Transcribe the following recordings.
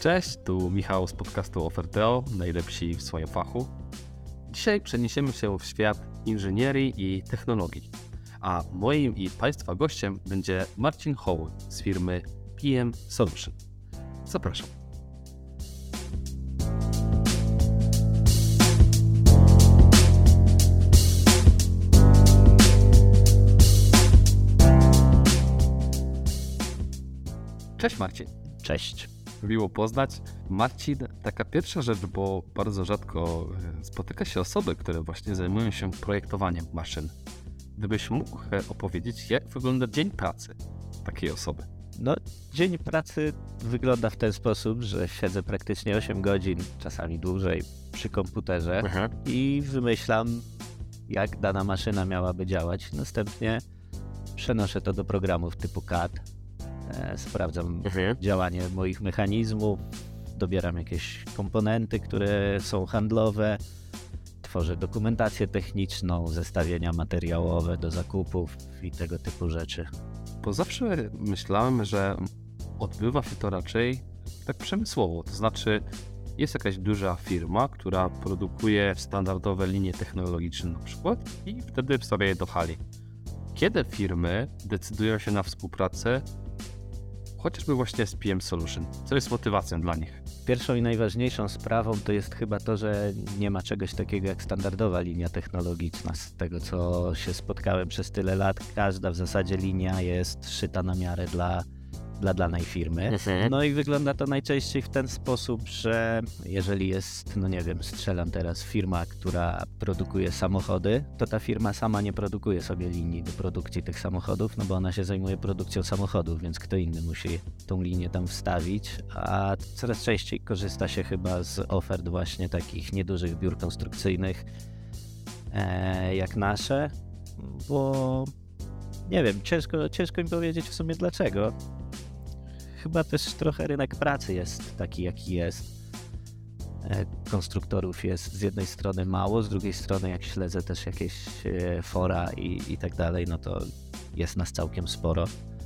Cześć, tu Michał z podcastu Offerteo, najlepsi w swoim fachu. Dzisiaj przeniesiemy się w świat inżynierii i technologii, a moim i Państwa gościem będzie Marcin Hołuj z firmy PM Solution. Zapraszam. Cześć Marcin. Cześć. Miło poznać. Marcin, taka pierwsza rzecz, bo bardzo rzadko spotyka się osoby, które właśnie zajmują się projektowaniem maszyn. Gdybyś mógł opowiedzieć, jak wygląda dzień pracy takiej osoby? Dzień pracy wygląda w ten sposób, że siedzę praktycznie 8 godzin, czasami dłużej, przy komputerze i wymyślam, jak dana maszyna miałaby działać. Następnie przenoszę to do programów typu CAD. Sprawdzam działanie moich mechanizmów, dobieram jakieś komponenty, które są handlowe, tworzę dokumentację techniczną, zestawienia materiałowe do zakupów i tego typu rzeczy. Bo zawsze myślałem, że odbywa się to raczej tak przemysłowo, to znaczy jest jakaś duża firma, która produkuje standardowe linie technologiczne na przykład i wtedy wstawia je do hali. Kiedy firmy decydują się na współpracę chociażby właśnie z PM Solution? Co jest motywacją dla nich? Pierwszą i najważniejszą sprawą to jest chyba to, że nie ma czegoś takiego jak standardowa linia technologiczna. Z tego, co się spotkałem przez tyle lat, każda w zasadzie linia jest szyta na miarę dla danej firmy. No i wygląda to najczęściej w ten sposób, że jeżeli jest, strzelam teraz, firma, która produkuje samochody, to ta firma sama nie produkuje sobie linii do produkcji tych samochodów, bo ona się zajmuje produkcją samochodów, więc kto inny musi tą linię tam wstawić, a coraz częściej korzysta się chyba z ofert właśnie takich niedużych biur konstrukcyjnych jak nasze, bo nie wiem, ciężko mi powiedzieć w sumie dlaczego. Chyba też trochę rynek pracy jest taki, jaki jest. Konstruktorów jest z jednej strony mało, z drugiej strony jak śledzę też jakieś fora i tak dalej, no to jest nas całkiem sporo.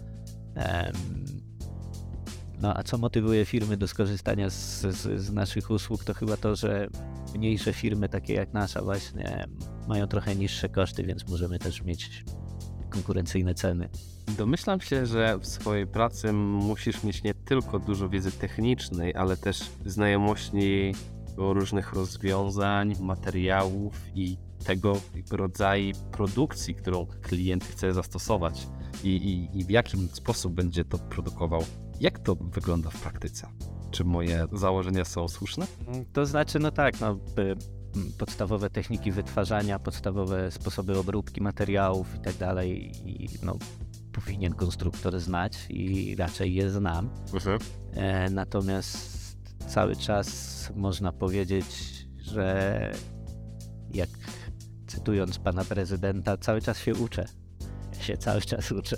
A co motywuje firmy do skorzystania z naszych usług, to chyba to, że mniejsze firmy takie jak nasza właśnie mają trochę niższe koszty, więc możemy też mieć konkurencyjne ceny. Domyślam się, że w swojej pracy musisz mieć nie tylko dużo wiedzy technicznej, ale też znajomości różnych rozwiązań, materiałów i tego rodzaju produkcji, którą klient chce zastosować i w jakim sposób będzie to produkował. Jak to wygląda w praktyce? Czy moje założenia są słuszne? To znaczy, podstawowe techniki wytwarzania, podstawowe sposoby obróbki materiałów i tak dalej powinien konstruktor znać i raczej je znam. Natomiast cały czas można powiedzieć, że jak cytując pana prezydenta, cały czas się uczę. Ja się cały czas uczę.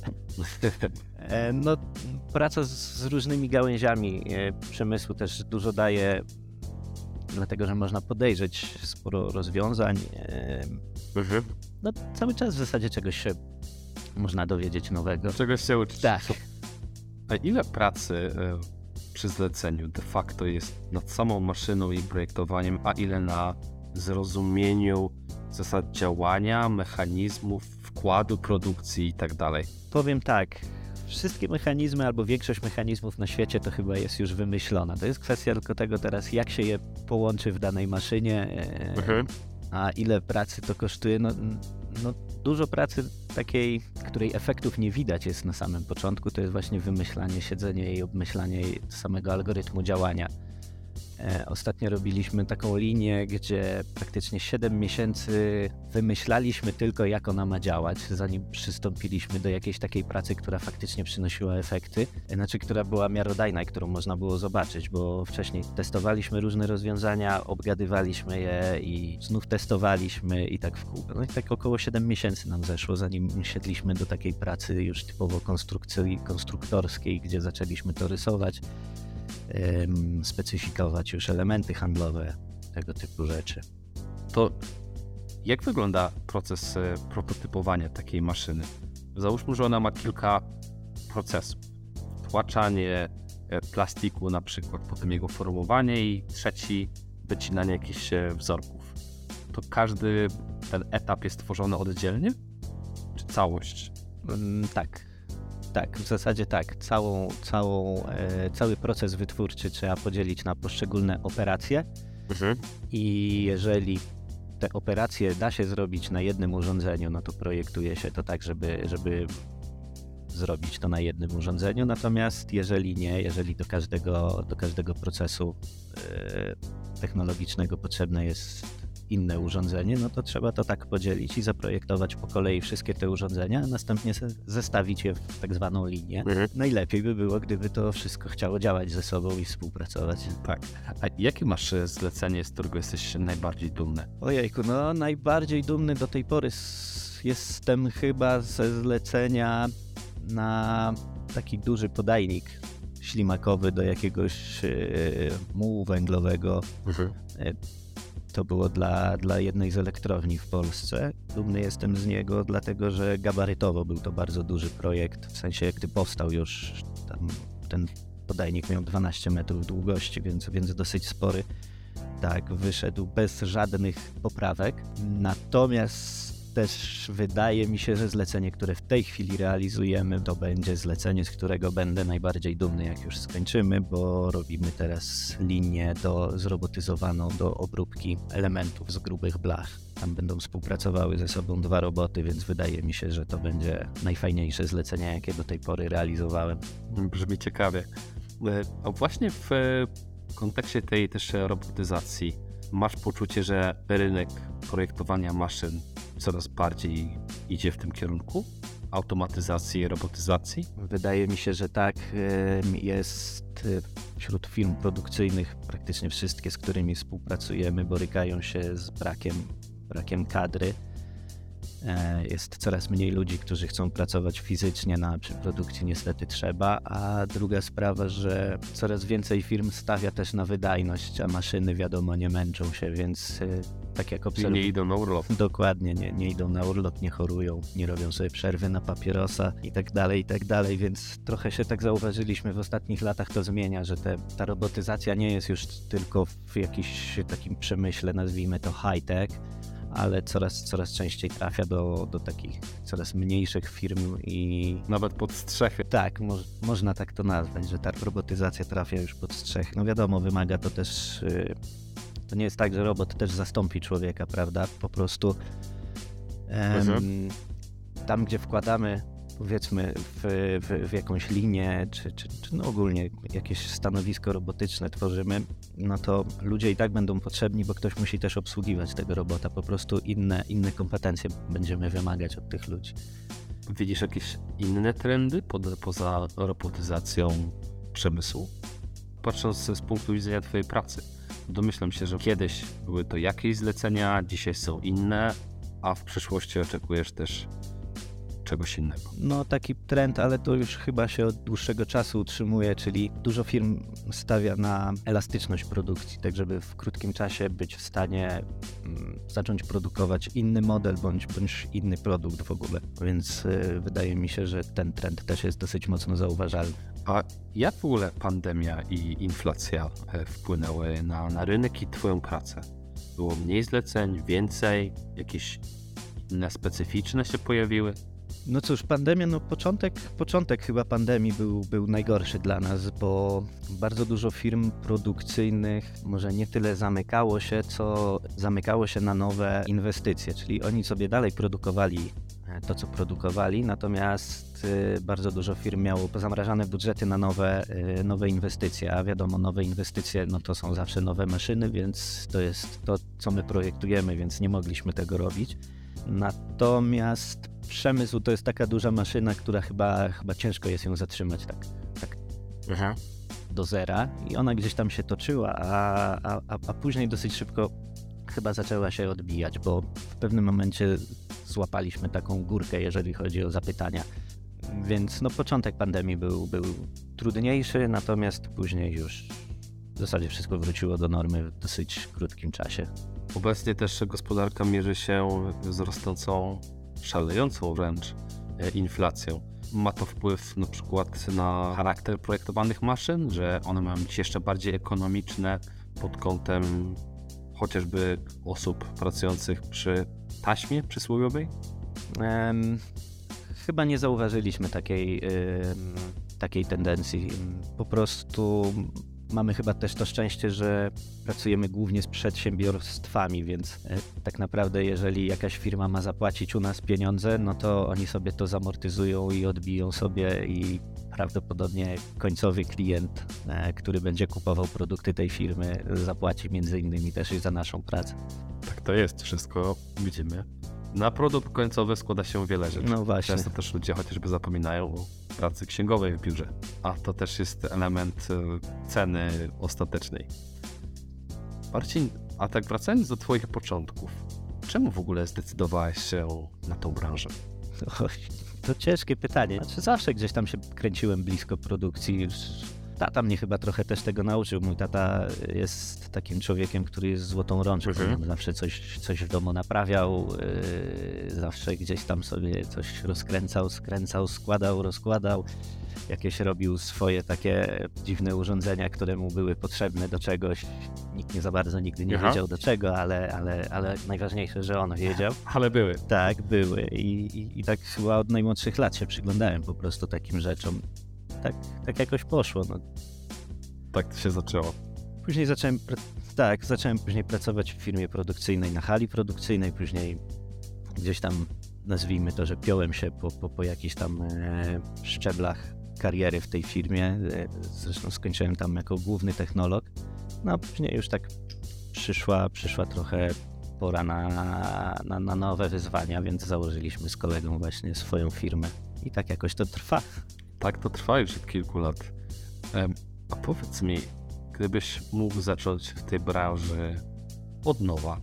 Praca z różnymi gałęziami przemysłu też dużo daje, dlatego że można podejrzeć sporo rozwiązań. Cały czas w zasadzie czegoś się można dowiedzieć nowego. Czegoś się uczyć. Tak. A ile pracy przy zleceniu de facto jest nad samą maszyną i projektowaniem, a ile na zrozumieniu zasad działania, mechanizmów, wkładu produkcji i tak dalej? Powiem tak, wszystkie mechanizmy albo większość mechanizmów na świecie to chyba jest już wymyślona. To jest kwestia tylko tego teraz, jak się je połączy w danej maszynie, a ile pracy to kosztuje. Dużo pracy takiej, której efektów nie widać jest na samym początku, to jest właśnie wymyślanie, siedzenie i obmyślanie samego algorytmu działania. Ostatnio robiliśmy taką linię, gdzie praktycznie 7 miesięcy wymyślaliśmy tylko, jak ona ma działać, zanim przystąpiliśmy do jakiejś takiej pracy, która faktycznie przynosiła efekty, która była miarodajna i którą można było zobaczyć, bo wcześniej testowaliśmy różne rozwiązania, obgadywaliśmy je i znów testowaliśmy i tak w kółko. I tak około 7 miesięcy nam zeszło, zanim siedliśmy do takiej pracy już typowo konstruktorskiej, gdzie zaczęliśmy to rysować, specyfikować już elementy handlowe, tego typu rzeczy. To jak wygląda proces prototypowania takiej maszyny? Załóżmy, że ona ma kilka procesów. Wtłaczanie plastiku na przykład, potem jego formowanie i trzeci wycinanie jakichś wzorków. To każdy ten etap jest tworzony oddzielnie? Czy całość? Tak, w zasadzie tak. Cały proces wytwórczy trzeba podzielić na poszczególne operacje i jeżeli te operacje da się zrobić na jednym urządzeniu, no to projektuje się to tak, żeby zrobić to na jednym urządzeniu, natomiast jeżeli nie, jeżeli do każdego procesu technologicznego potrzebne jest inne urządzenie, no to trzeba to tak podzielić i zaprojektować po kolei wszystkie te urządzenia, a następnie zestawić je w tak zwaną linię. Najlepiej by było, gdyby to wszystko chciało działać ze sobą i współpracować. Tak. A jakie masz zlecenie, z którego jesteś najbardziej dumny? Ojejku, no najbardziej dumny do tej pory jestem chyba ze zlecenia na taki duży podajnik ślimakowy do jakiegoś mułu węglowego. To było dla jednej z elektrowni w Polsce. Dumny jestem z niego, dlatego że gabarytowo był to bardzo duży projekt. W sensie, gdy powstał już, tam ten podajnik miał 12 metrów długości, więc dosyć spory. Tak, wyszedł bez żadnych poprawek. Natomiast też wydaje mi się, że zlecenie, które w tej chwili realizujemy, to będzie zlecenie, z którego będę najbardziej dumny, jak już skończymy, bo robimy teraz linię zrobotyzowaną do obróbki elementów z grubych blach. Tam będą współpracowały ze sobą 2 roboty, więc wydaje mi się, że to będzie najfajniejsze zlecenie, jakie do tej pory realizowałem. Brzmi ciekawie. A właśnie w kontekście tej też robotyzacji masz poczucie, że rynek projektowania maszyn coraz bardziej idzie w tym kierunku? Automatyzacji, robotyzacji? Wydaje mi się, że tak. Jest wśród firm produkcyjnych praktycznie wszystkie, z którymi współpracujemy, borykają się z brakiem kadry. Jest coraz mniej ludzi, którzy chcą pracować fizycznie, przy produkcji niestety trzeba, a druga sprawa, że coraz więcej firm stawia też na wydajność, a maszyny wiadomo nie męczą się, więc tak jak obserwuję. Nie idą na urlop. Dokładnie, nie idą na urlop, nie chorują, nie robią sobie przerwy na papierosa i tak dalej, więc trochę się tak zauważyliśmy w ostatnich latach, to zmienia, że ta robotyzacja nie jest już tylko w jakimś takim przemyśle, nazwijmy to high-tech, ale coraz częściej trafia do takich coraz mniejszych firm i... Nawet pod strzechy. Tak, można tak to nazwać, że ta robotyzacja trafia już pod strzechy. No wiadomo, wymaga to też... To nie jest tak, że robot też zastąpi człowieka, prawda? Po prostu tam, gdzie wkładamy, powiedzmy, w jakąś linię, czy no ogólnie jakieś stanowisko robotyczne tworzymy, no to ludzie i tak będą potrzebni, bo ktoś musi też obsługiwać tego robota. Po prostu inne kompetencje będziemy wymagać od tych ludzi. Widzisz jakieś inne trendy poza robotyzacją przemysłu? Patrząc z punktu widzenia twojej pracy, domyślam się, że kiedyś były to jakieś zlecenia, dzisiaj są inne, a w przyszłości oczekujesz też czegoś innego. No taki trend, ale to już chyba się od dłuższego czasu utrzymuje, czyli dużo firm stawia na elastyczność produkcji, tak żeby w krótkim czasie być w stanie zacząć produkować inny model bądź inny produkt w ogóle, więc wydaje mi się, że ten trend też jest dosyć mocno zauważalny. A jak w ogóle pandemia i inflacja wpłynęły na rynek i twoją pracę? Było mniej zleceń, więcej, jakieś inne specyficzne się pojawiły? No cóż, pandemia, początek chyba pandemii był najgorszy dla nas, bo bardzo dużo firm produkcyjnych może nie tyle zamykało się, co zamykało się na nowe inwestycje, czyli oni sobie dalej produkowali to, co produkowali, natomiast bardzo dużo firm miało pozamrażane budżety na nowe inwestycje, a wiadomo, nowe inwestycje no to są zawsze nowe maszyny, więc to jest to, co my projektujemy, więc nie mogliśmy tego robić. Natomiast przemysł to jest taka duża maszyna, która chyba ciężko jest ją zatrzymać tak do zera i ona gdzieś tam się toczyła, a później dosyć szybko chyba zaczęła się odbijać, bo w pewnym momencie złapaliśmy taką górkę, jeżeli chodzi o zapytania. Więc no początek pandemii był trudniejszy, natomiast później już w zasadzie wszystko wróciło do normy w dosyć krótkim czasie. Obecnie też gospodarka mierzy się z rosnącą, szalejącą wręcz inflacją. ma to wpływ na przykład na charakter projektowanych maszyn, że one mają być jeszcze bardziej ekonomiczne pod kątem chociażby osób pracujących przy taśmie przysłowiowej? Chyba nie zauważyliśmy takiej tendencji. Po prostu mamy chyba też to szczęście, że pracujemy głównie z przedsiębiorstwami, więc tak naprawdę jeżeli jakaś firma ma zapłacić u nas pieniądze, no to oni sobie to zamortyzują i odbiją sobie i prawdopodobnie końcowy klient, który będzie kupował produkty tej firmy, zapłaci między innymi też i za naszą pracę. Tak to jest, wszystko widzimy. Na produkt końcowy składa się wiele rzeczy. No właśnie. Często też ludzie chociażby zapominają o pracy księgowej w biurze, a to też jest element ceny ostatecznej. Marcin, a tak wracając do twoich początków, czemu w ogóle zdecydowałeś się na tą branżę? To ciężkie pytanie. Znaczy zawsze gdzieś tam się kręciłem blisko produkcji. Tata mnie chyba trochę też tego nauczył. Mój tata jest takim człowiekiem, który jest złotą rączką. Zawsze coś w domu naprawiał, zawsze gdzieś tam sobie coś rozkręcał, skręcał, składał, rozkładał. Jakieś robił swoje takie dziwne urządzenia, które mu były potrzebne do czegoś. Nikt nie za bardzo nigdy nie wiedział do czego, ale najważniejsze, że on wiedział. Ale były. Tak, były. I tak chyba od najmłodszych lat się przyglądałem po prostu takim rzeczom. Tak jakoś poszło. No. Tak to się zaczęło. Później zacząłem później pracować w firmie produkcyjnej, na hali produkcyjnej, później gdzieś tam, nazwijmy to, że piąłem się po jakichś tam szczeblach kariery w tej firmie. Zresztą skończyłem tam jako główny technolog. No a później już tak przyszła trochę pora na nowe wyzwania, więc założyliśmy z kolegą właśnie swoją firmę i tak jakoś to trwa. Tak to trwa już od kilku lat. A powiedz mi, gdybyś mógł zacząć w tej branży od nowa,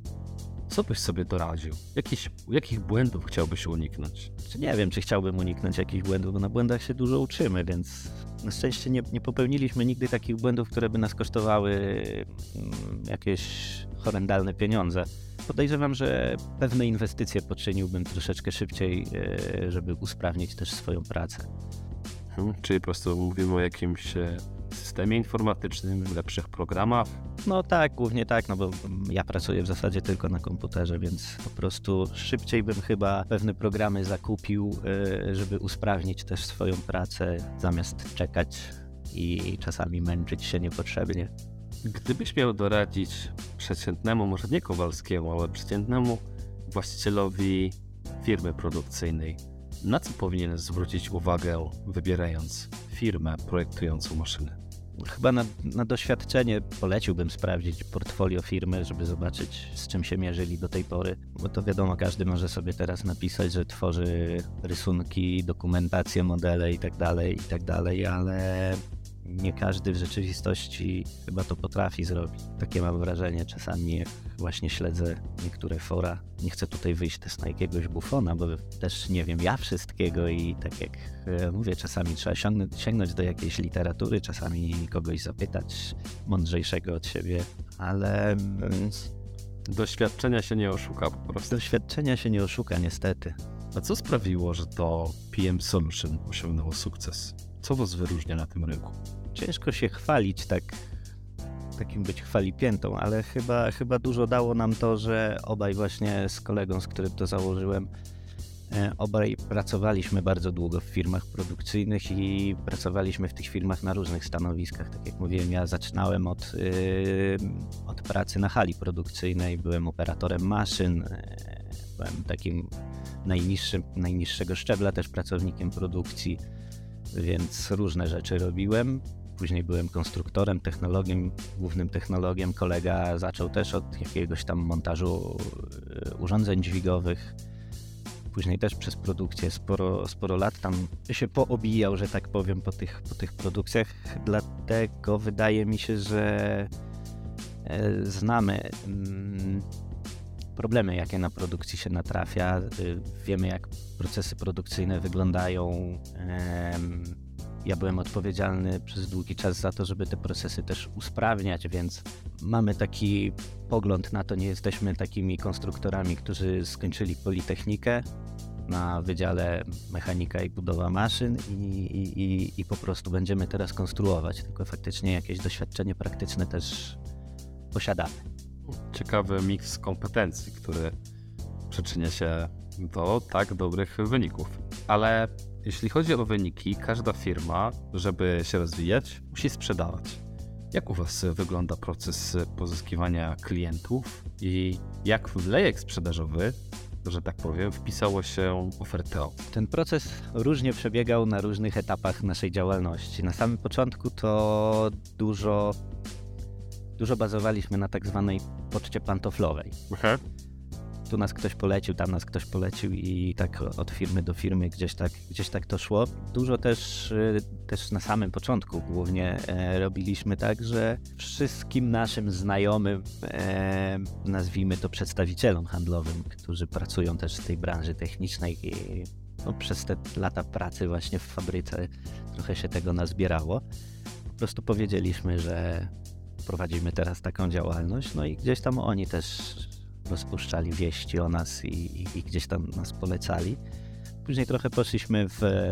co byś sobie doradził? Jakich błędów chciałbyś uniknąć? Nie wiem, czy chciałbym uniknąć jakichś błędów, bo na błędach się dużo uczymy, więc na szczęście nie popełniliśmy nigdy takich błędów, które by nas kosztowały jakieś horrendalne pieniądze. Podejrzewam, że pewne inwestycje poczyniłbym troszeczkę szybciej, żeby usprawnić też swoją pracę. Czyli po prostu mówimy o jakimś systemie informatycznym, lepszych programach? No tak, głównie tak, no bo ja pracuję w zasadzie tylko na komputerze, więc po prostu szybciej bym chyba pewne programy zakupił, żeby usprawnić też swoją pracę, zamiast czekać i czasami męczyć się niepotrzebnie. Gdybyś miał doradzić przeciętnemu, może nie Kowalskiemu, ale przeciętnemu właścicielowi firmy produkcyjnej, na co powinien zwrócić uwagę, wybierając firmę projektującą maszyny? Chyba na doświadczenie poleciłbym sprawdzić portfolio firmy, żeby zobaczyć, z czym się mierzyli do tej pory. Bo to wiadomo, każdy może sobie teraz napisać, że tworzy rysunki, dokumentację, modele i tak dalej, ale nie każdy w rzeczywistości chyba to potrafi zrobić. Takie mam wrażenie czasami, jak właśnie śledzę niektóre fora. Nie chcę tutaj wyjść też na jakiegoś bufona, bo też nie wiem ja wszystkiego i tak jak mówię, czasami trzeba sięgnąć do jakiejś literatury, czasami kogoś zapytać mądrzejszego od siebie, ale doświadczenia się nie oszuka po prostu. Doświadczenia się nie oszuka, niestety. A co sprawiło, że to PM Solution osiągnęło sukces? Co was wyróżnia na tym rynku? Ciężko się chwalić takim być chwalipiętą, ale chyba dużo dało nam to, że obaj właśnie z kolegą, z którym to założyłem, obaj pracowaliśmy bardzo długo w firmach produkcyjnych i pracowaliśmy w tych firmach na różnych stanowiskach. Tak jak mówiłem, ja zaczynałem od pracy na hali produkcyjnej, byłem operatorem maszyn, byłem takim najniższego szczebla też pracownikiem produkcji, więc różne rzeczy robiłem. Później byłem konstruktorem, technologiem, głównym technologiem. Kolega zaczął też od jakiegoś tam montażu urządzeń dźwigowych. Później też przez produkcję sporo lat tam się poobijał, że tak powiem, po tych produkcjach. Dlatego wydaje mi się, że znamy problemy, jakie na produkcji się natrafia. Wiemy, jak procesy produkcyjne wyglądają. Ja byłem odpowiedzialny przez długi czas za to, żeby te procesy też usprawniać, więc mamy taki pogląd na to, nie jesteśmy takimi konstruktorami, którzy skończyli Politechnikę na Wydziale Mechanika i Budowa Maszyn i po prostu będziemy teraz konstruować, tylko faktycznie jakieś doświadczenie praktyczne też posiadamy. Ciekawy miks kompetencji, który przyczynia się do tak dobrych wyników. Ale jeśli chodzi o wyniki, każda firma, żeby się rozwijać, musi sprzedawać. Jak u Was wygląda proces pozyskiwania klientów i jak w lejek sprzedażowy, że tak powiem, wpisało się Offerteo? Ten proces różnie przebiegał na różnych etapach naszej działalności. Na samym początku to dużo bazowaliśmy na tak zwanej poczcie pantoflowej. Tu nas ktoś polecił, tam nas ktoś polecił i tak od firmy do firmy gdzieś tak to szło. Dużo też na samym początku głównie robiliśmy tak, że wszystkim naszym znajomym, nazwijmy to przedstawicielom handlowym, którzy pracują też w tej branży technicznej i przez te lata pracy właśnie w fabryce trochę się tego nazbierało. Po prostu powiedzieliśmy, że prowadzimy teraz taką działalność, no i gdzieś tam oni też rozpuszczali wieści o nas i gdzieś tam nas polecali. Później trochę poszliśmy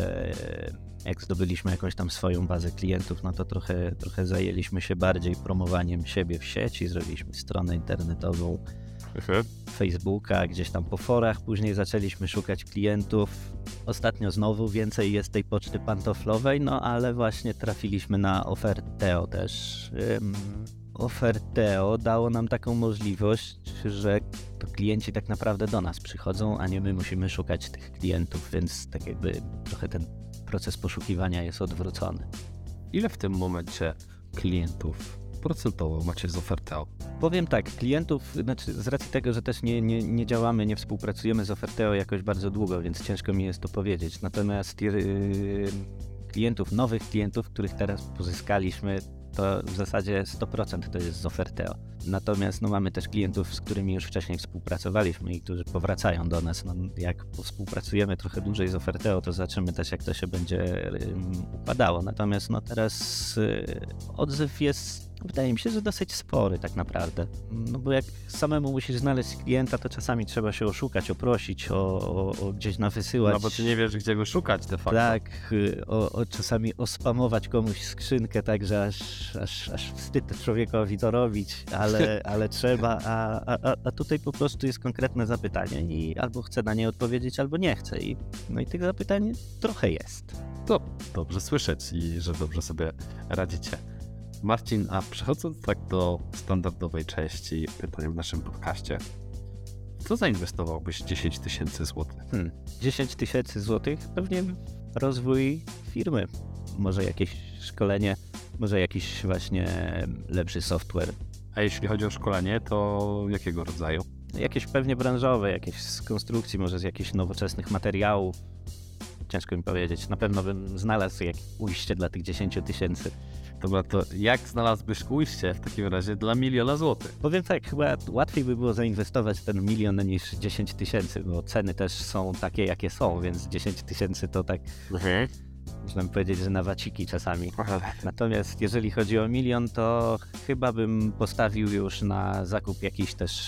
jak zdobyliśmy jakąś tam swoją bazę klientów, no to trochę zajęliśmy się bardziej promowaniem siebie w sieci, zrobiliśmy stronę internetową, Facebooka, gdzieś tam po forach, później zaczęliśmy szukać klientów. Ostatnio znowu więcej jest tej poczty pantoflowej, no ale właśnie trafiliśmy na Offerteo też. Offerteo dało nam taką możliwość, że to klienci tak naprawdę do nas przychodzą, a nie my musimy szukać tych klientów, więc tak jakby trochę ten proces poszukiwania jest odwrócony. Ile w tym momencie klientów procentowo macie z Offerteo? Powiem tak, klientów, znaczy z racji tego, że też nie działamy, nie współpracujemy z Offerteo jakoś bardzo długo, więc ciężko mi jest to powiedzieć. Natomiast nowych klientów, których teraz pozyskaliśmy, to w zasadzie 100% to jest z Offerteo. Natomiast mamy też klientów, z którymi już wcześniej współpracowaliśmy i którzy powracają do nas. Jak współpracujemy trochę dłużej z Offerteo, to zobaczymy też, jak to się będzie układało. Natomiast teraz odzew jest, wydaje mi się, że dosyć spory tak naprawdę. No bo jak samemu musisz znaleźć klienta, to czasami trzeba się oszukać, oprosić, o gdzieś nawysyłać. No bo ty nie wiesz, gdzie go szukać de facto. Tak, czasami ospamować komuś skrzynkę, tak, że aż wstyd człowiekowi to robić, ale trzeba, a tutaj po prostu jest konkretne zapytanie i albo chce na nie odpowiedzieć, albo nie chce. I tych zapytań trochę jest. To dobrze słyszeć i że dobrze sobie radzicie. Marcin, a przechodząc tak do standardowej części pytań w naszym podcaście, co zainwestowałbyś 10 000 złotych? 10 000 złotych? Pewnie rozwój firmy, może jakieś szkolenie, może jakiś właśnie lepszy software. A jeśli chodzi o szkolenie, to jakiego rodzaju? Jakieś pewnie branżowe, jakieś z konstrukcji, może z jakichś nowoczesnych materiałów. Ciężko mi powiedzieć. Na pewno bym znalazł jakieś ujście dla tych 10 000. Dobra, to jak znalazłbyś ujście w takim razie dla 1 000 000 złotych? Powiem tak, chyba łatwiej by było zainwestować ten 1 000 000 niż 10 000, bo ceny też są takie, jakie są, więc 10 000 to tak, można powiedzieć, że na waciki czasami. Natomiast jeżeli chodzi o 1 000 000, to chyba bym postawił już na zakup jakichś też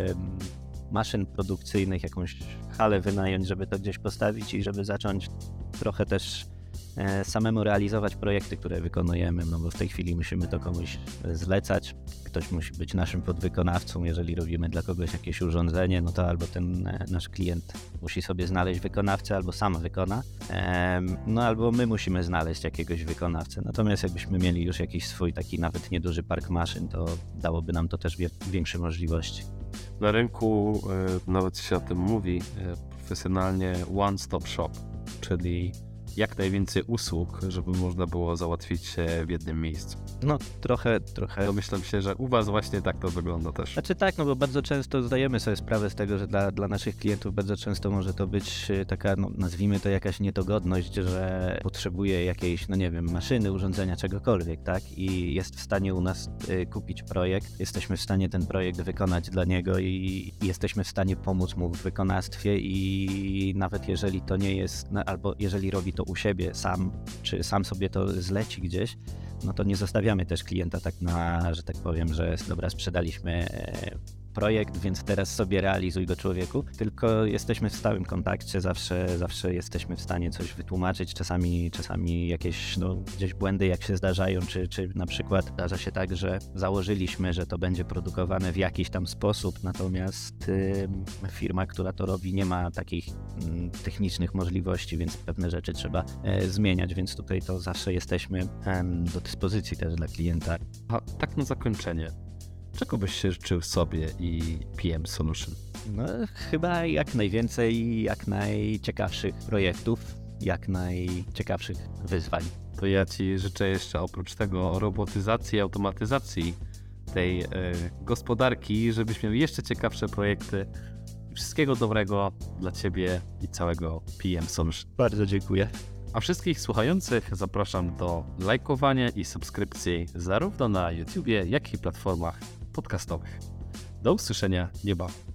maszyn produkcyjnych, jakąś halę wynająć, żeby to gdzieś postawić i żeby zacząć trochę też samemu realizować projekty, które wykonujemy, no bo w tej chwili musimy to komuś zlecać, ktoś musi być naszym podwykonawcą, jeżeli robimy dla kogoś jakieś urządzenie, no to albo ten nasz klient musi sobie znaleźć wykonawcę, albo sam wykona, no albo my musimy znaleźć jakiegoś wykonawcę. Natomiast jakbyśmy mieli już jakiś swój taki nawet nieduży park maszyn, to dałoby nam to też większe możliwości. Na rynku nawet się o tym mówi profesjonalnie one-stop shop, czyli jak najwięcej usług, żeby można było załatwić się w jednym miejscu. No trochę. Domyślam się, że u Was właśnie tak to wygląda też. Znaczy tak, no bo bardzo często zdajemy sobie sprawę z tego, że dla naszych klientów bardzo często może to być taka, no nazwijmy to jakaś niedogodność, że potrzebuje jakiejś, no nie wiem, maszyny, urządzenia, czegokolwiek, tak? I jest w stanie u nas kupić projekt, jesteśmy w stanie ten projekt wykonać dla niego i jesteśmy w stanie pomóc mu w wykonawstwie i nawet jeżeli to nie jest, albo jeżeli robi to u siebie sam, czy sam sobie to zleci gdzieś, no to nie zostawiamy też klienta tak że tak powiem, że dobra, sprzedaliśmy projekt, więc teraz sobie realizuj go, człowieku, tylko jesteśmy w stałym kontakcie, zawsze jesteśmy w stanie coś wytłumaczyć, czasami jakieś gdzieś błędy jak się zdarzają, czy na przykład zdarza się tak, że założyliśmy, że to będzie produkowane w jakiś tam sposób, natomiast firma, która to robi, nie ma takich technicznych możliwości, więc pewne rzeczy trzeba zmieniać, więc tutaj to zawsze jesteśmy do dyspozycji też dla klienta. A tak na zakończenie, czego byś się życzył sobie i PM Solution? No chyba jak najwięcej, jak najciekawszych projektów, jak najciekawszych wyzwań. To ja Ci życzę jeszcze oprócz tego robotyzacji, automatyzacji tej gospodarki, żebyś miał jeszcze ciekawsze projekty. Wszystkiego dobrego dla Ciebie i całego PM Solution. Bardzo dziękuję. A wszystkich słuchających zapraszam do lajkowania i subskrypcji zarówno na YouTubie, jak i platformach podcastowych. Do usłyszenia niebawem.